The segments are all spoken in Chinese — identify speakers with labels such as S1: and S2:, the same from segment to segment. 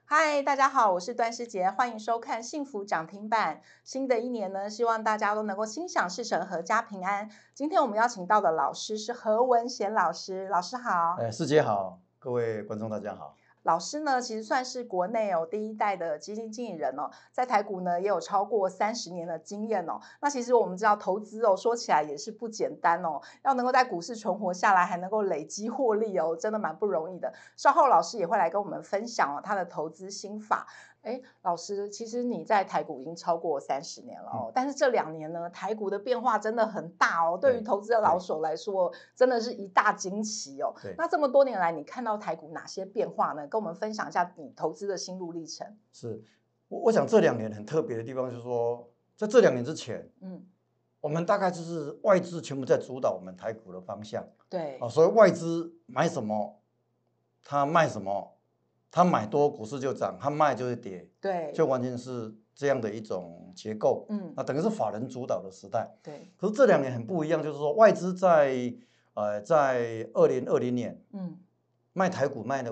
S1: 嗨，大家好，我是段诗杰，欢迎收看幸福涨停板。新的一年呢，希望大家都能够心想事成，阖家平安。今天我们邀请到的老师是何文贤老师，老师好。
S2: 师姐好，各位观众大家好。
S1: 老师呢，其实算是国内第一代的基金经理人在台股呢也有超过30年的经验那其实我们知道投资说起来也是不简单要能够在股市存活下来，还能够累积获利真的蛮不容易的。稍后老师也会来跟我们分享他的投资心法。老师，其实你在台股已经超过30年了但是这2年呢，台股的变化真的很大对于投资的老手来说，真的是一大惊奇那这么多年来，你看到台股哪些变化呢？跟我们分享一下你投资的心路历程。
S2: 是，我想这2年很特别的地方就是说，在这2年之前，我们大概就是外资全部在主导我们台股的方向。
S1: 对，
S2: 所以外资买什么，他卖什么。他买多股市就涨，他卖就会跌，
S1: 对，
S2: 就完全是这样的一种结构。那等于是法人主导的时代。
S1: 对，
S2: 可是这2年很不一样，就是说外资在2020年，卖台股卖了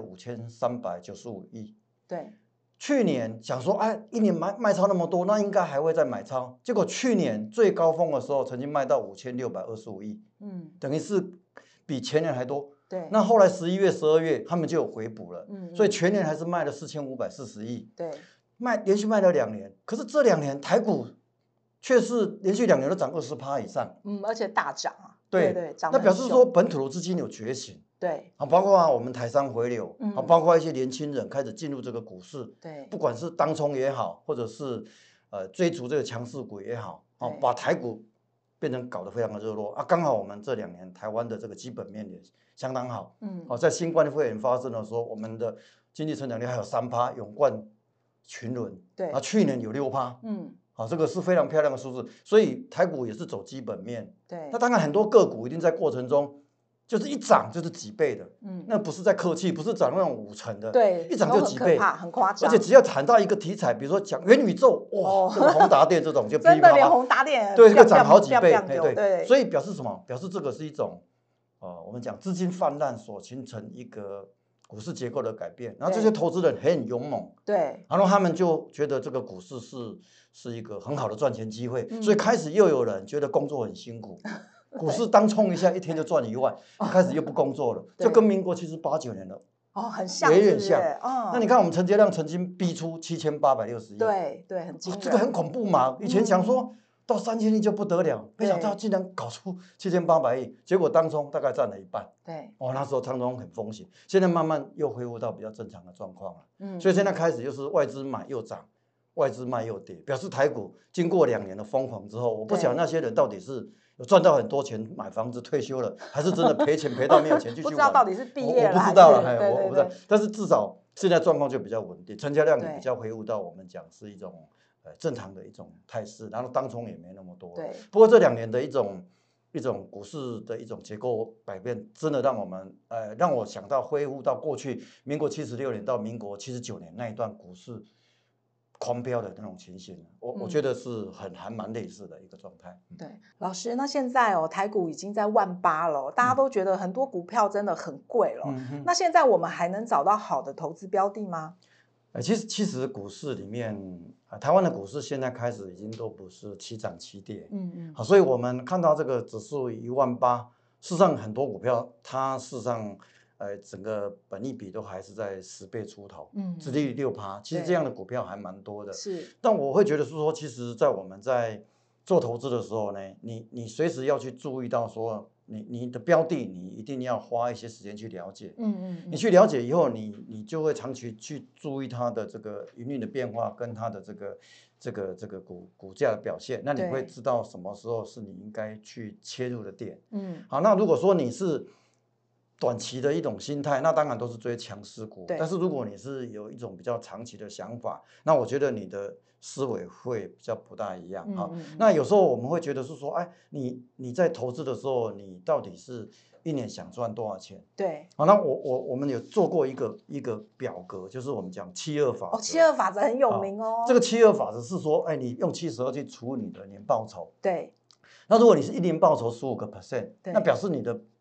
S2: 5395亿。
S1: 对，
S2: 去年想说，一年卖超那么多，那应该还会再买超。结果去年最高峰的时候，曾经卖到5625亿，等于是比前年还多。
S1: 对，
S2: 那后来11月、12月他们就有回补了，所以全年还是卖了4540亿，
S1: 对，
S2: 连续卖了2年。可是这2年台股却是连续2年都涨20%以上，
S1: 而且大涨啊，
S2: 对，那表示说本土的资金有觉醒，
S1: 对，
S2: 包括我们台商回流，包括一些年轻人开始进入这个股市，
S1: 对，
S2: 不管是当冲也好，或者是追逐这个强势股也好，把台股变成搞得非常的热络刚好我们这2年台湾的这个基本面也相当好，在新冠肺炎发生的时候，我们的经济成长率还有3%，勇冠群伦，
S1: 对，
S2: 去年有6%，这个是非常漂亮的数字，所以台股也是走基本面，
S1: 对，
S2: 那当然很多个股一定在过程中就是一涨就是几倍的，那不是在客气，不是涨那种5成的，
S1: 对，
S2: 一涨就几倍，
S1: 很夸张，
S2: 而且只要谈到一个题材，比如说讲元宇宙，哇，这个宏达电这种就
S1: 真的连宏达电
S2: 对，这个涨好几倍，
S1: 对，
S2: 所以表示什么？表示这个是一种我们讲资金泛滥所形成一个股市结构的改变，然后这些投资人很勇猛，
S1: 对，
S2: 然后他们就觉得这个股市是一个很好的赚钱机会，所以开始又有人觉得工作很辛苦，股市当冲一下一天就赚1万，开始又不工作了，就跟民国78、9年了。
S1: 很像，
S2: 有点像。那你看我们成交量曾经逼出7860亿，
S1: 对，很惊人，
S2: 这个很恐怖嘛。以前想说到3000亿就不得了，没想到竟然搞出7800亿，结果当中大概占了1半。
S1: 对，
S2: 那时候当中很风险，现在慢慢又恢复到比较正常的状况了。所以现在开始就是外资买又涨，外资卖又跌，表示台股经过2年的疯狂之后，我不晓得那些人到底是有赚到很多钱买房子退休了，还是真的赔钱赔到没有钱继续玩？
S1: 不知道到底是毕业了，
S2: 我不知道了，我不知道。但是至少现在状况就比较稳定，成交量也比较恢复到我们讲是一种正常的一种态势，然后当冲也没那么多。
S1: 对。
S2: 不过这2年的一种股市的一种结构改变，真的让我想到恢复到过去民国76年到民国79年那一段股市狂飙的那种情形，我觉得是还蛮类似的一个状态。
S1: 对，老师，那现在台股已经在18000了，大家都觉得很多股票真的很贵了。那现在我们还能找到好的投资标的吗？
S2: 其实股市里面台湾的股市现在开始已经都不是齐涨齐跌，所以我们看到这个指数18000，事实上很多股票它事实上整个本益比都还是在10倍出头，殖利率6%，其实这样的股票还蛮多的。
S1: 是，
S2: 但我会觉得是说，其实，在我们在做投资的时候呢，你随时要去注意到说，你的标的你一定要花一些时间去了解，你去了解以后，你就会长期去注意它的这个营运的变化跟它的这个股价的表现，那你会知道什么时候是你应该去切入的点。好，那如果说你是短期的一种心态，那当然都是追强势股。但是如果你是有一种比较长期的想法，那我觉得你的思维会比较不大一样。那有时候我们会觉得是说，你在投资的时候，你到底是1年想赚多少钱？
S1: 对。
S2: 好，那我们有做过一个表格，就是我们讲72法则。
S1: 72法则很有名哦。
S2: 这个72法则是说，你用72去除你的年报酬。
S1: 对。
S2: 那如果你是1年报酬15%，那表示你的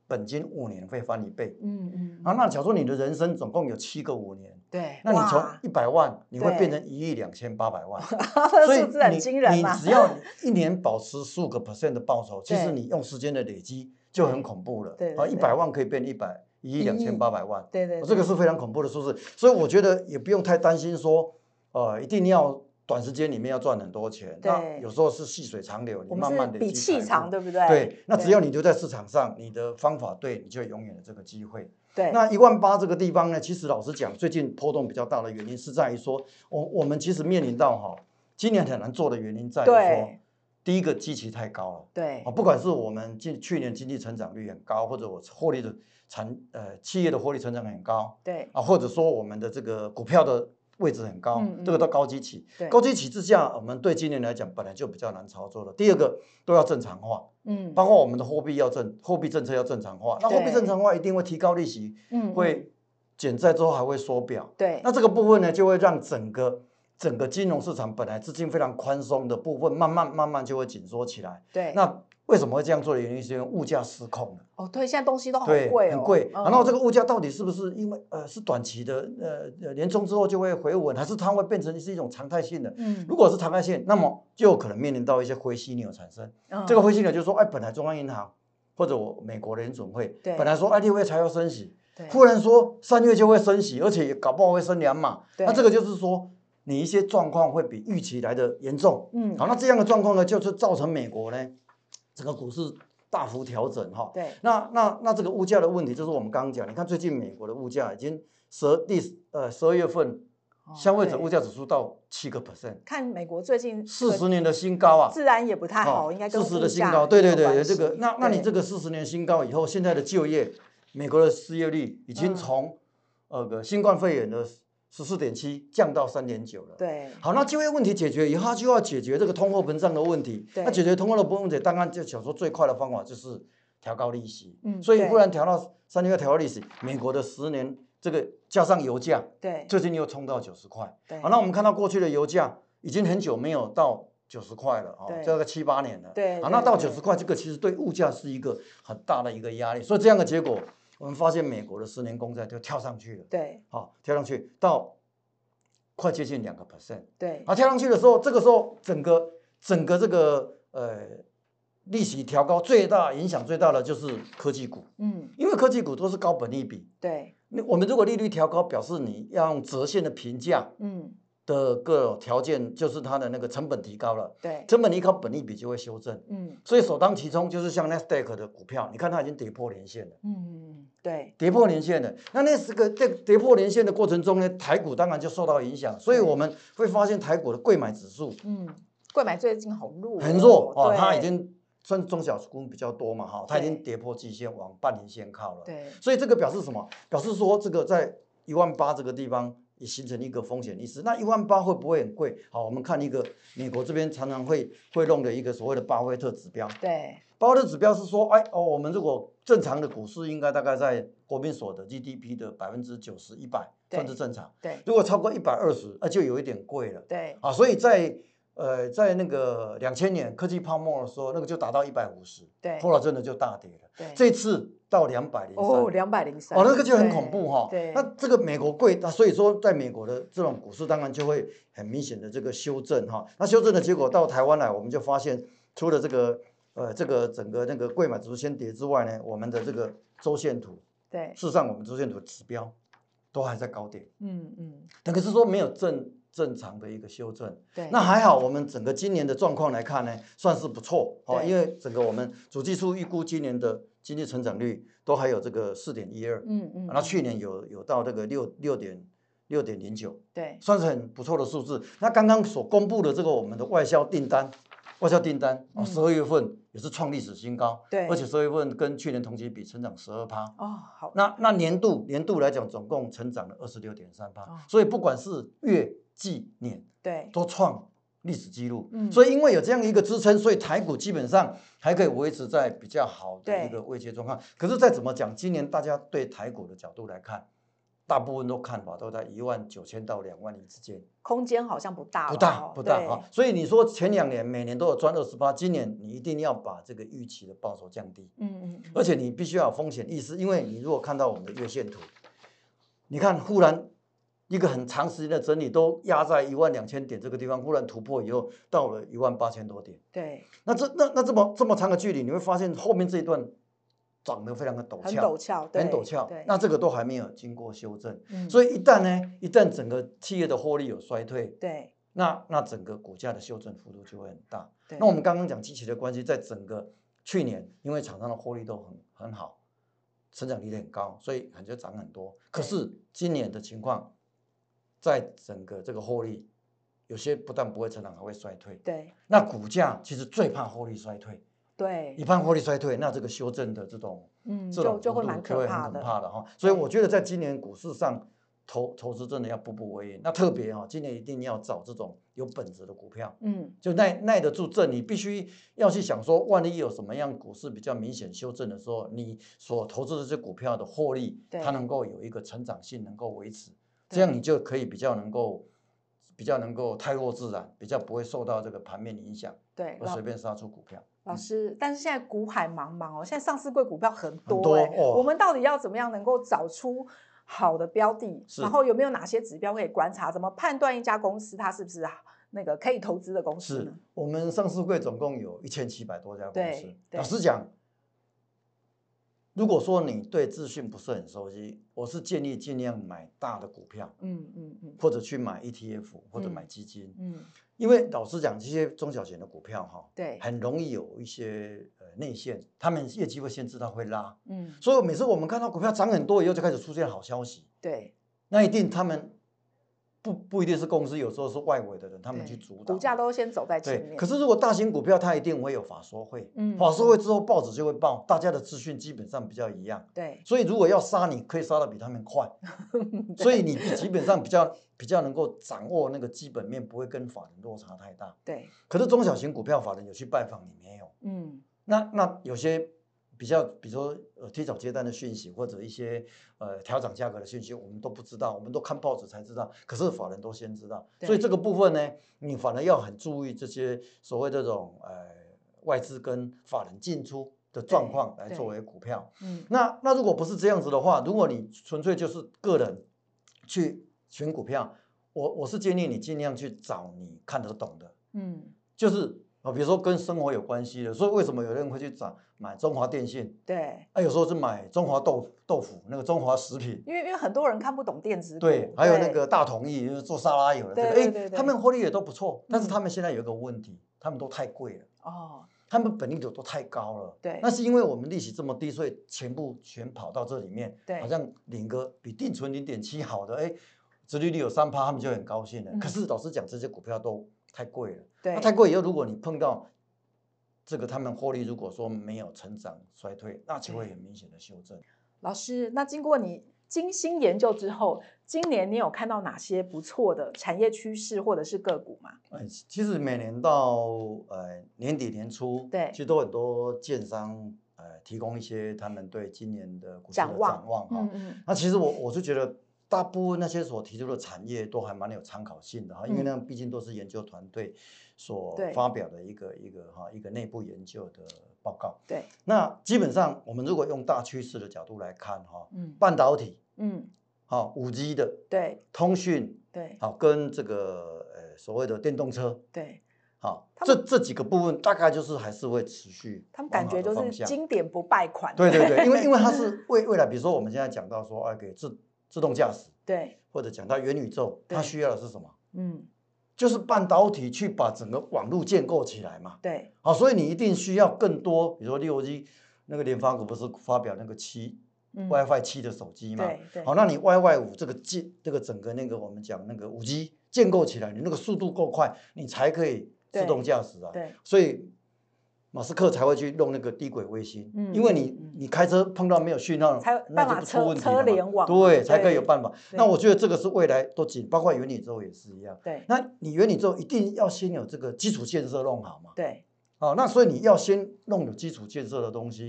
S2: 本金5年会翻1倍。那假如说你的人生总共有7个5年，
S1: 对，
S2: 那你从100万你会变成1.28亿万，
S1: 所以数字很惊人
S2: 你只要1年保持15% 的报酬，其实你用时间的累积就很恐怖了。
S1: 对
S2: ，100万可以变1亿2800万，
S1: 对，
S2: 这个是非常恐怖的数字。所以我觉得也不用太担心说，一定要短时间里面要赚很多钱。那有时候是细水长流，你慢慢累积。
S1: 比气长，对不对？
S2: 对，那只要你留在市场上，你的方法对，你就永远有这个机会。
S1: 对，
S2: 那18000这个地方呢，其实老实讲，最近波动比较大的原因是在于说，我们其实面临到今年很难做的原因在于说，第一个基期太高了。
S1: 对，
S2: 不管是我们去年经济成长率很高，或者我获利的企业的获利成长很高，
S1: 对
S2: 或者说我们的这个股票的位置很高，这个都高基期。高基期之下，我们对今年来讲本来就比较难操作的。第二个都要正常化，包括我们的货币政策要正常化。那货币正常化一定会提高利息，会减债之后还会缩表。
S1: 对，
S2: 那这个部分呢，就会让整个金融市场本来资金非常宽松的部分，慢慢就会紧缩起来。
S1: 对，
S2: 那为什么会这样做的原因是因为物价失控了。
S1: 对，现在东西都好贵
S2: 很贵。然后这个物价到底是不是因为是短期的年终之后就会回稳，还是它会变成是一种常态性的？如果是常态性，那么就有可能面临到一些灰犀牛产生。这个灰犀牛就是说，本来中央银行或者美国的联准会本来说6月才要升息，忽然说3月就会升息，而且搞不好会升2码。那这个就是说，你一些状况会比预期来的严重。好，那这样的状况呢，就是造成美国呢整个股市大幅调整哈。
S1: 对，
S2: 那这个物价的问题，就是我们刚刚讲，你看最近美国的物价已经12月份消费者物价指数到7%。
S1: 看美国最近
S2: 40年的新高啊，
S1: 自然也不太好，应该跟
S2: 40的新高。对，这个那你这个40年新高以后，现在的就业，美国的失业率已经从新冠肺炎的14.7降到3.9了。
S1: 对，
S2: 好，那就业问题解决以后，它就要解决这个通货膨胀的问题。那解决通货的问题，当然就想说最快的方法就是调高利息。所以忽然调到3月要调高利息，美国的10年这个加上油价，
S1: 对，
S2: 最近又冲到90块。
S1: 对，
S2: 好，那我们看到过去的油价已经很久没有到90块了这个7、8年了。
S1: 对，
S2: 好，那到90块，这个其实对物价是一个很大的一个压力。所以这样的结果，我们发现美国的10年公债就跳上去了。
S1: 对，
S2: 跳上去到快接近2%。
S1: 对，
S2: 跳上去的时候，这个时候整个这个利息调高影响最大的就是科技股。因为科技股都是高本益比。
S1: 对，
S2: 我们如果利率调高，表示你要用折现的评价。的各条件就是它的那个成本提高了。
S1: 对，
S2: 成本提高，本益比就会修正。所以首当其冲就是像 Nasdaq 的股票，你看它已经跌破年线了。
S1: 对，
S2: 跌破年线了。那是个跌破年线的过程中呢，台股当然就受到影响。所以我们会发现台股的贵买指数，
S1: 贵买最近好弱，
S2: 很弱它已经算中小股比较多嘛它已经跌破季线，往半年线靠了。
S1: 对，
S2: 所以这个表示什么？表示说这个在18000这个地方也形成一个风险意识。那18000会不会很贵？好，我们看一个美国这边常常会弄的一个所谓的巴菲特指标。
S1: 对，
S2: 巴菲特指标是说，我们如果正常的股市应该大概在国民所得 GDP 的90%、100%算是正常。
S1: 对，
S2: 如果超过120，就有一点贵了。
S1: 对，
S2: 所以在那个2000年科技泡沫的时候，那个就达到150。
S1: 对，
S2: 后来真的就大跌了。
S1: 对，
S2: 这次到203。
S1: 203。
S2: 那个就很恐怖
S1: 对，
S2: 那这个美国贵，所以说在美国的这种股市当然就会很明显的这个修正那修正的结果到台湾来，我们就发现除了这个整个那个贵买指数先跌之外呢，我们的这个周线图，
S1: 对，
S2: 事实上我们周线图指标都还在高点。等于是说没有正常的一个修正。
S1: 对，
S2: 那还好，我们整个今年的状况来看呢，算是不错因为整个我们主计处预估今年的经济成长率都还有这个4.12。那去年有到这个6.09。
S1: 对，
S2: 算是很不错的数字。那刚刚所公布的这个我们的外销订单，12月份也是创历史新高。
S1: 对，
S2: 而且12月份跟去年同期比成长12%。
S1: 好。
S2: 那年度来讲，总共成长了26.3%。所以不管是月、季、年，
S1: 对，
S2: 都创历史记录。所以因为有这样一个支撑，所以台股基本上还可以维持在比较好的一个位阶状况。可是再怎么讲，今年大家对台股的角度来看， 大部分都看法都在19000到2万亿之间，
S1: 空间好像不大，
S2: 不大啊。所以你说前2年每年都有赚28%，今年你一定要把这个预期的报酬降低，而且你必须要有风险意识，因为你如果看到我们的月线图，你看忽然一个很长时间的整理都压在12000点这个地方，忽然突破以后到了18000多点，
S1: 对，
S2: 那这么长的距离，你会发现后面这一段涨得非常的陡峭，很陡峭，那这个都还没有经过修正，所以一旦整个企业的获利有衰退，
S1: 对，
S2: 那整个股价的修正幅度就会很大。那我们刚刚讲基期的关系，在整个去年，因为厂商的获利都很好，成长率很高，所以就涨很多。可是今年的情况，在整个这个获利，有些不但不会成长，还会衰退。
S1: 对，
S2: 那股价其实最怕获利衰退。
S1: 对，
S2: 一旦获利衰退，那这个修正的这种
S1: 就会蛮可怕的
S2: 哈。所以我觉得在今年股市上，投资真的要步步为营。那特别今年一定要找这种有本质的股票，就耐得住震。你必须要去想说，万一有什么样股市比较明显修正的时候，你所投资的这些股票的获利，它能够有一个成长性，能够维持，这样你就可以比较能够泰若自然，比较不会受到这个盘面影响，对，而随便杀出股票。
S1: 老师，但是现在股海茫茫现在上市柜股票很多我们到底要怎么样能够找出好的标的，然后有没有哪些指标可以观察？怎么判断一家公司它是不是那个可以投资的公司呢？
S2: 我们上市柜总共有1700多家公司。老实讲，如果说你对资讯不是很熟悉，我是建议尽量买大的股票，或者去买 ETF 或者买基金，因为老实讲，这些中小型的股票很容易有一些内线，他们业绩会先知道会拉，所以每次我们看到股票涨很多以后，就开始出现好消息，那一定他们不一定是公司，有时候是外围的人，他们去主导，
S1: 股价都先走在前面。
S2: 可是如果大型股票，它一定会有法说会，法说会之后报纸就会报，大家的资讯基本上比较一样，所以如果要杀，你可以杀得比他们快，所以你基本上比较能够掌握那个基本面，不会跟法人落差太大。可是中小型股票法人有去拜访，你没有，那有些比如说提早接单的讯息，或者一些调涨价格的讯息，我们都不知道，我们都看报纸才知道。可是法人都先知道，所以这个部分呢，你反而要很注意这些所谓这种外资跟法人进出的状况来作为股票。那如果不是这样子的话，如果你纯粹就是个人去选股票，我是建议你尽量去找你看得懂的，就是比如说跟生活有关系的，所以为什么有人会去买中华电信？有时候是买中华豆腐，那个中华食品，
S1: 因为很多人看不懂电子股，
S2: 还有那个大统一做沙拉油的这个，他们获利也都不错，但是他们现在有一个问题，他们都太贵了，他们本利率都太高了，那是因为我们利息这么低，所以全跑到这里面，好像领个比定存0.7好的，殖利率有3%，他们就很高兴了。可是老实讲，这些股票都太贵了，那太贵以后，如果你碰到这个他们获利如果说没有成长衰退，那就会很明显的修正。
S1: 老师，那经过你精心研究之后，今年你有看到哪些不错的产业趋势或者是个股吗？
S2: 其实每年到年底年初，其实都很多建商提供一些他们对今年的股市的展望哈。那其实我就觉得大部分那些所提出的产业都还蛮有参考性的哈，因为那毕竟都是研究团队所发表的一个内部研究的报告。那基本上我们如果用大趋势的角度来看哈，半导体，5G 的，通讯，跟这个所谓的电动车，这几个部分大概就是还是会持续，
S1: 他们感觉就是经典不败款。
S2: 对，因为它是未来，比如说我们现在讲到说给自动驾驶，或者讲到元宇宙，它需要的是什么？就是半导体去把整个网络建构起来嘛。所以你一定需要更多，比如说6G，那个联发科不是发表那个WiFi 7的手机嘛？那你 WiFi 5这个整个那个我们讲那个5G 建构起来，你那个速度够快，你才可以自动驾驶啊。所以马斯克才会去弄那个低轨卫星，因为你开车碰到没有讯号，那就出问题了嘛。对，才可以有办法。那我觉得这个是未来都紧，包括元宇宙也是一样。那你元宇宙一定要先有这个基础建设弄好嘛。那所以你要先弄有基础建设的东西，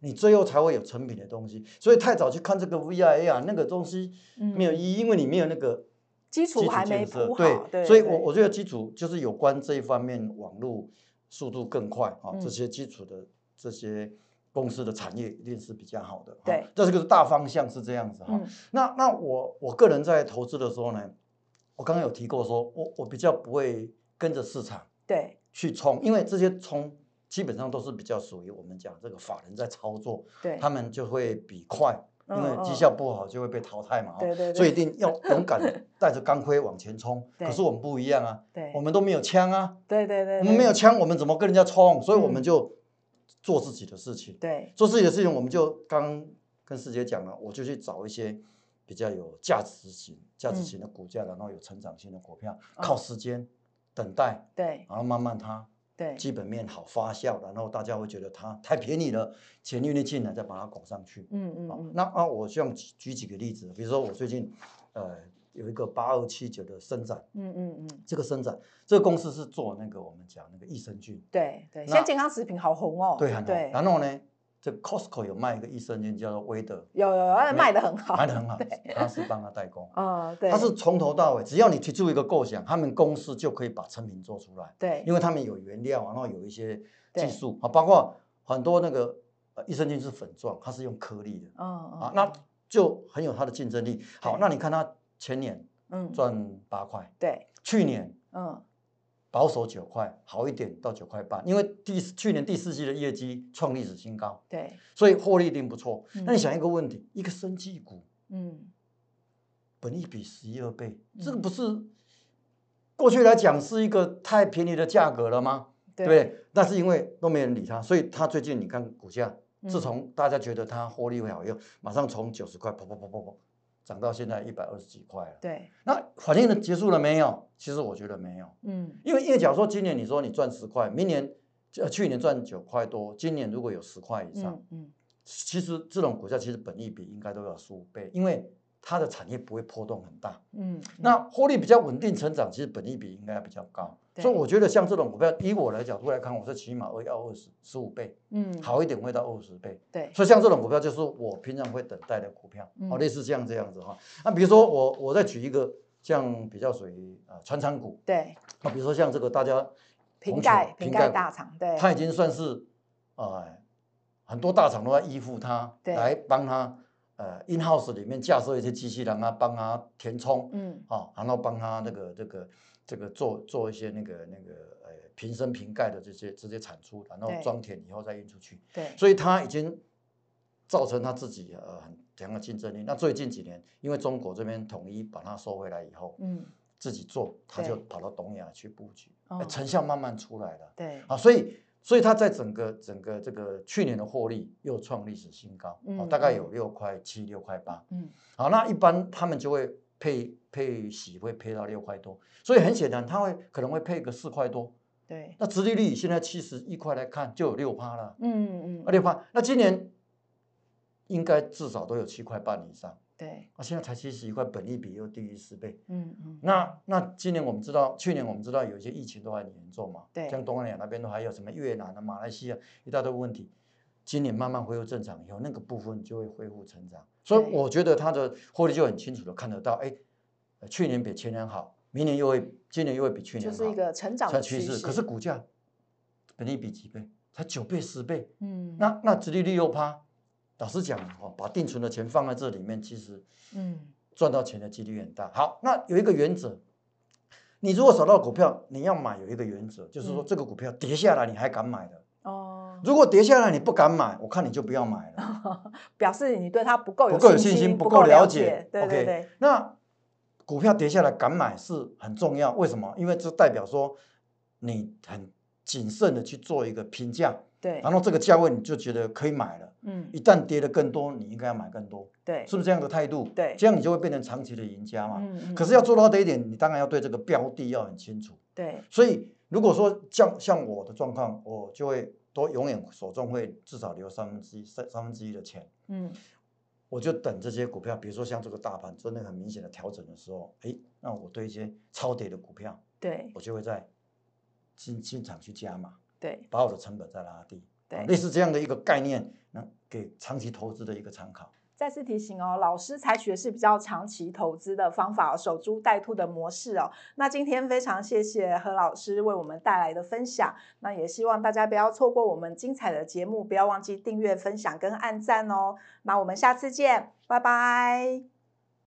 S2: 你最后才会有成品的东西。所以太早去看这个 VR、AR 那个东西没有意义，因为你没有那个
S1: 基础还没铺好。
S2: 对，所以我觉得基础就是有关这一方面，网络速度更快啊，这些基础的这些公司的产业一定是比较好的。
S1: 对，
S2: 这个大方向是这样子哈。那我个人在投资的时候呢，我刚刚有提过说，我比较不会跟着市场
S1: 对
S2: 去冲，因为这些冲基本上都是比较属于我们讲这个法人在操作，
S1: 对，
S2: 他们就会比快，因为绩效不好就会被淘汰嘛，
S1: 对，
S2: 所以一定要勇敢带着钢盔往前冲。可是我们不一样啊，我们都没有枪啊，
S1: 对，
S2: 我们没有枪，我们怎么跟人家冲？所以我们就做自己的事情，
S1: 对，
S2: 做自己的事情，我们就刚跟师姐讲了，我就去找一些比较有价值型的股价，然后有成长性的股票，靠时间等待，
S1: 对，
S2: 然后慢慢它基本面好发酵，然后大家会觉得它太便宜了，钱愿意进来再把它拱上去。那我希望举几个例子，比如说我最近有一个8279的伸展，这个伸展这个公司是做那个我们讲那个益生菌，
S1: 对，现在健康食品好红哦，
S2: 对，很红。然后呢，这 Costco 有卖一个益生菌叫做威德，
S1: 有卖得很好，
S2: 卖得很好，他是帮他代工，
S1: 对，
S2: 他是从头到尾，只要你提出一个构想，他们公司就可以把成品做出来，
S1: 对，
S2: 因为他们有原料，然后有一些技术啊，包括很多那个益生菌是粉状，它是用颗粒的，那就很有它的竞争力。好，那你看它前年赚8块，
S1: 对，
S2: 去年保守9块，好一点到9块半，因为去年第4季的业绩创历史新高，
S1: 对，
S2: 所以获利一定不错。那你想一个问题，一个生技股，本益比12倍，这个不是过去来讲是一个太便宜的价格了吗？对不对？但是因为都没人理它，所以它最近你看股价，自从大家觉得它获利会好用，马上从90块砰涨到现在120几块了。
S1: 对，
S2: 那反应的结束了没有？其实我觉得没有。因为假如说今年你说你赚10块，明年去年赚9块多，今年如果有10块以上，其实这种股价其实本益比应该都要15倍，因为它的产业不会波动很大，那获利比较稳定成长，其实本益比应该比较高，所以我觉得像这种股票，以我的角度来看，我是起码要15倍，好一点会到20倍，
S1: 对，
S2: 所以像这种股票就是我平常会等待的股票，类似这样子哈。那比如说我再举一个像比较属于传产股，
S1: 对，
S2: 比如说像这个大家
S1: 瓶盖大厂，对，
S2: 它已经算是很多大厂都在依附它来帮它。in house 里面架设一些机器人啊，帮他填充，然后帮他这个做一些那个瓶身瓶盖的这些产出，然后装填以后再运出去。
S1: 对，
S2: 所以他已经造成他自己很强的竞争力。那最近几年，因为中国这边统一把它收回来以后，自己做，他就跑到东亚去布局，成效慢慢出来了。
S1: 对，
S2: 所以它在整个这个去年的获利又创历史新高，大概有6块7、6块8。好，那一般他们就会配息会配到6块多，所以很显然他可能会配个4块多。
S1: 对，
S2: 那殖利率现在71块来看就有6%了。6%，那今年应该至少都有7块半以上。
S1: 对，
S2: 现在才71块，本益比又低于10倍。那今年我们知道，去年我们知道有一些疫情都很严重嘛，
S1: 对，
S2: 像东南亚那边都还有什么越南啊、马来西亚一大堆问题。今年慢慢恢复正常以后，那个部分就会恢复成长。所以我觉得它的获利就很清楚的看得到，去年比前年好，今年又会比去年好，
S1: 就是一个成长的
S2: 趋势。可是股价本益比几倍？才9倍10倍。那殖利率又趴。老实讲，把定存的钱放在这里面，其实，赚到钱的几率很大。好，那有一个原则，你如果找到股票，你要买有一个原则，就是说这个股票跌下来你还敢买的。如果跌下来你不敢买，我看你就不要买了，
S1: 表示你对它不够有
S2: 信心，不
S1: 够
S2: 了解。
S1: 对。
S2: 那股票跌下来敢买是很重要，为什么？因为这代表说你很谨慎的去做一个评价。
S1: 对，
S2: 然后这个价位你就觉得可以买了，一旦跌得更多，你应该要买更多，
S1: 对，
S2: 是不是这样的态度？
S1: 对，
S2: 这样你就会变成长期的赢家嘛。可是要做到这一点，你当然要对这个标的要很清楚。
S1: 对，
S2: 所以如果说像我的状况，我就会都永远手中会至少留1/3的钱，我就等这些股票，比如说像这个大盘真的很明显的调整的时候，那我对一些超跌的股票，
S1: 对，
S2: 我就会在进场去加码。
S1: 对，
S2: 把我的成本再拉低。 类似这样的一个概念，给长期投资的一个参考。
S1: 再次提醒哦，老师采取的是比较长期投资的方法，守株待兔的模式哦。那今天非常谢谢何老师为我们带来的分享，那也希望大家不要错过我们精彩的节目，不要忘记订阅、分享跟按赞哦。那我们下次见，拜拜。